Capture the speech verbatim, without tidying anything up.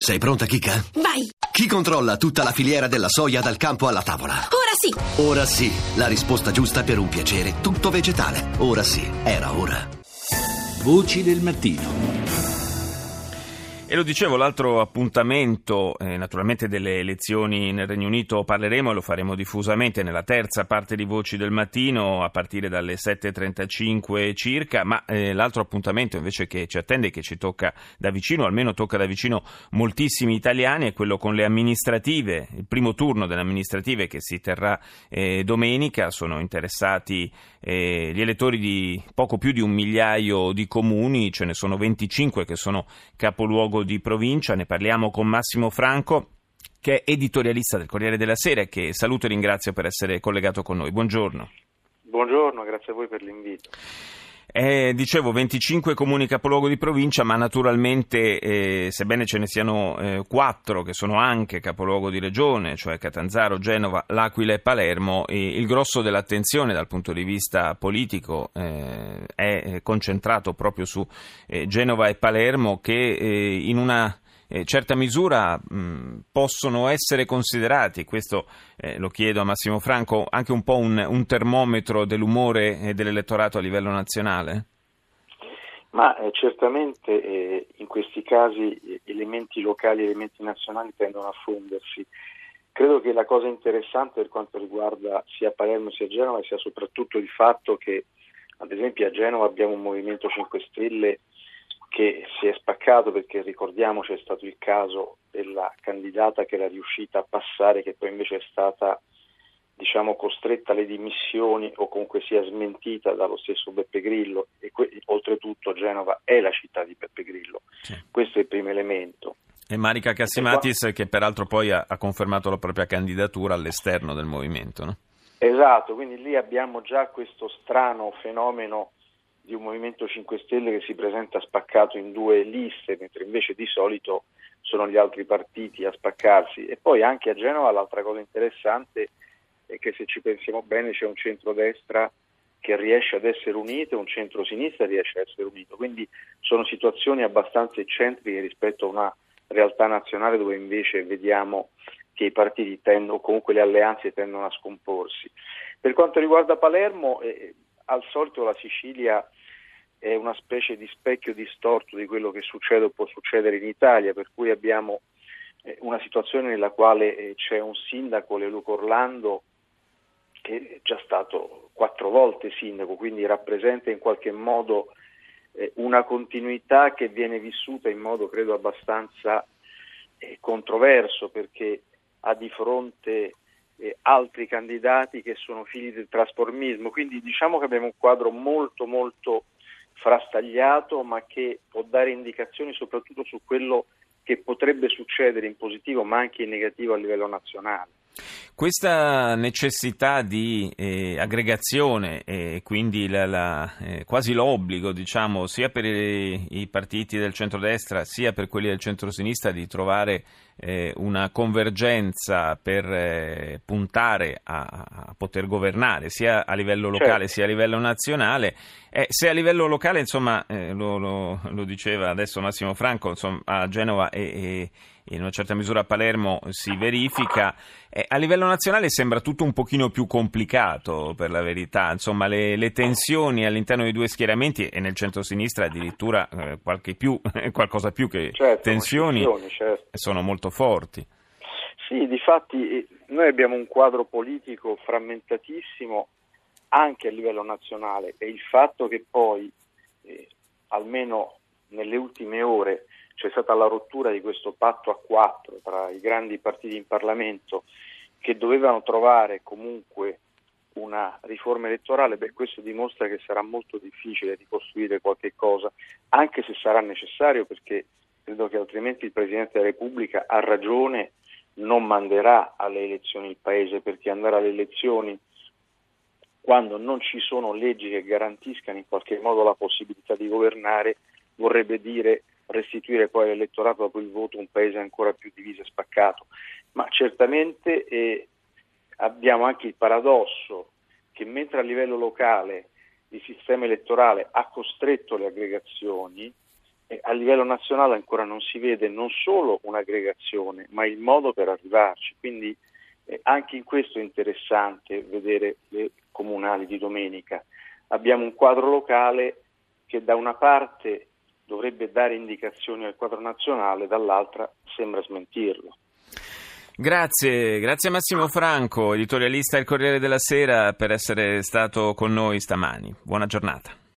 Sei pronta, Kika? Vai! Chi controlla tutta la filiera della soia dal campo alla tavola? Ora sì! Ora sì, la risposta giusta per un piacere tutto vegetale. Ora sì, era ora. Voci del mattino. E lo dicevo, l'altro appuntamento, eh, naturalmente delle elezioni nel Regno Unito parleremo e lo faremo diffusamente nella terza parte di Voci del Mattino a partire dalle sette e trentacinque circa, ma eh, l'altro appuntamento invece che ci attende, che ci tocca da vicino, almeno tocca da vicino moltissimi italiani, è quello con le amministrative, il primo turno delle amministrative che si terrà eh, domenica. Sono interessati eh, gli elettori di poco più di un migliaio di comuni, ce ne sono venticinque che sono capoluogo di provincia. Ne parliamo con Massimo Franco, che è editorialista del Corriere della Sera, che saluto e ringrazio per essere collegato con noi. Buongiorno. Buongiorno, grazie a voi per l'invito. Eh, dicevo venticinque comuni capoluogo di provincia, ma naturalmente eh, sebbene ce ne siano eh, quattro che sono anche capoluogo di regione, cioè Catanzaro, Genova, L'Aquila e Palermo, e il grosso dell'attenzione dal punto di vista politico eh, è concentrato proprio su eh, Genova e Palermo, che eh, in una Eh, certa misura mh, possono essere considerati, questo eh, lo chiedo a Massimo Franco, anche un po' un, un termometro dell'umore eh, dell'elettorato a livello nazionale? Ma eh, certamente eh, in questi casi eh, elementi locali e elementi nazionali tendono a fondersi. Credo che la cosa interessante per quanto riguarda sia Palermo sia Genova sia soprattutto il fatto che, ad esempio, a Genova abbiamo un Movimento cinque Stelle che si è spaccato, perché ricordiamo c'è stato il caso della candidata che era riuscita a passare, che poi invece è stata, diciamo, costretta alle dimissioni o comunque sia smentita dallo stesso Beppe Grillo, e que- oltretutto Genova è la città di Beppe Grillo. Sì. Questo è il primo elemento. E Marica Cassimatis, e qua... che peraltro poi ha, ha confermato la propria candidatura all'esterno del movimento, no? Esatto, quindi lì abbiamo già questo strano fenomeno di un Movimento cinque Stelle che si presenta spaccato in due liste, mentre invece di solito sono gli altri partiti a spaccarsi. E poi anche a Genova l'altra cosa interessante è che, se ci pensiamo bene, c'è un centrodestra che riesce ad essere unito e un centrosinistra riesce ad essere unito, quindi sono situazioni abbastanza eccentriche rispetto a una realtà nazionale dove invece vediamo che i partiti tendono, o comunque le alleanze tendono a scomporsi. Per quanto riguarda Palermo, eh, al solito la Sicilia è una specie di specchio distorto di quello che succede o può succedere in Italia, per cui abbiamo eh, una situazione nella quale eh, c'è un sindaco, Leoluco Orlando, che è già stato quattro volte sindaco, quindi rappresenta in qualche modo eh, una continuità che viene vissuta in modo, credo, abbastanza eh, controverso, perché ha di fronte Eh, altri candidati che sono figli del trasformismo, quindi diciamo che abbiamo un quadro molto molto frastagliato, ma che può dare indicazioni soprattutto su quello che potrebbe succedere in positivo ma anche in negativo a livello nazionale. Questa necessità di eh, aggregazione e eh, quindi la, la, eh, quasi l'obbligo, diciamo, sia per i, i partiti del centrodestra sia per quelli del centrosinistra di trovare eh, una convergenza per eh, puntare a, a poter governare sia a livello locale, certo, sia a livello nazionale. Eh, se a livello locale, insomma, eh, lo, lo, lo diceva adesso Massimo Franco, insomma, a Genova e, e in una certa misura a Palermo si verifica, eh, a livello nazionale sembra tutto un pochino più complicato, per la verità. Insomma, le, le tensioni all'interno dei due schieramenti e nel centro-sinistra addirittura eh, qualche più, qualcosa più che certo, tensioni, certo, sono molto forti. Sì, difatti noi abbiamo un quadro politico frammentatissimo anche a livello nazionale, e il fatto che poi, eh, almeno nelle ultime ore, c'è stata la rottura di questo patto a quattro tra i grandi partiti in Parlamento che dovevano trovare comunque una riforma elettorale, beh, questo dimostra che sarà molto difficile ricostruire qualche cosa, anche se sarà necessario, perché credo che altrimenti il Presidente della Repubblica, a ragione, non manderà alle elezioni il Paese, perché andare alle elezioni quando non ci sono leggi che garantiscano in qualche modo la possibilità di governare vorrebbe dire restituire poi all'elettorato dopo il voto un paese ancora più diviso e spaccato. Ma certamente eh, abbiamo anche il paradosso che, mentre a livello locale il sistema elettorale ha costretto le aggregazioni, eh, a livello nazionale ancora non si vede non solo un'aggregazione, ma il modo per arrivarci. Quindi eh, anche in questo è interessante vedere le comunali di domenica. Abbiamo un quadro locale che da una parte dovrebbe dare indicazioni al quadro nazionale, dall'altra sembra smentirlo. Grazie, grazie a Massimo Franco, editorialista del Corriere della Sera, per essere stato con noi stamani. Buona giornata.